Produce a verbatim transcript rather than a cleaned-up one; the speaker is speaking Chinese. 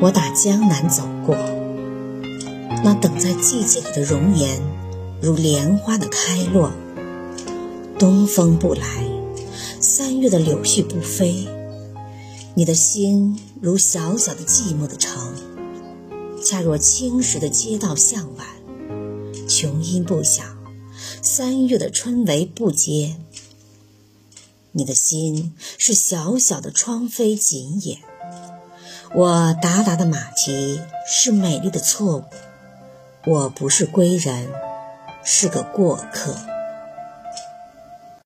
我打江南走过，那等在季节里的容颜，如莲花的开落。东风不来，三月的柳絮不飞，你的心如小小的寂寞的城，恰若青石的街道向晚。琼音不响，三月的春雷不接。你的心是小小的窗扉紧掩，我达达的马蹄是美丽的错误。我不是归人，是个过客。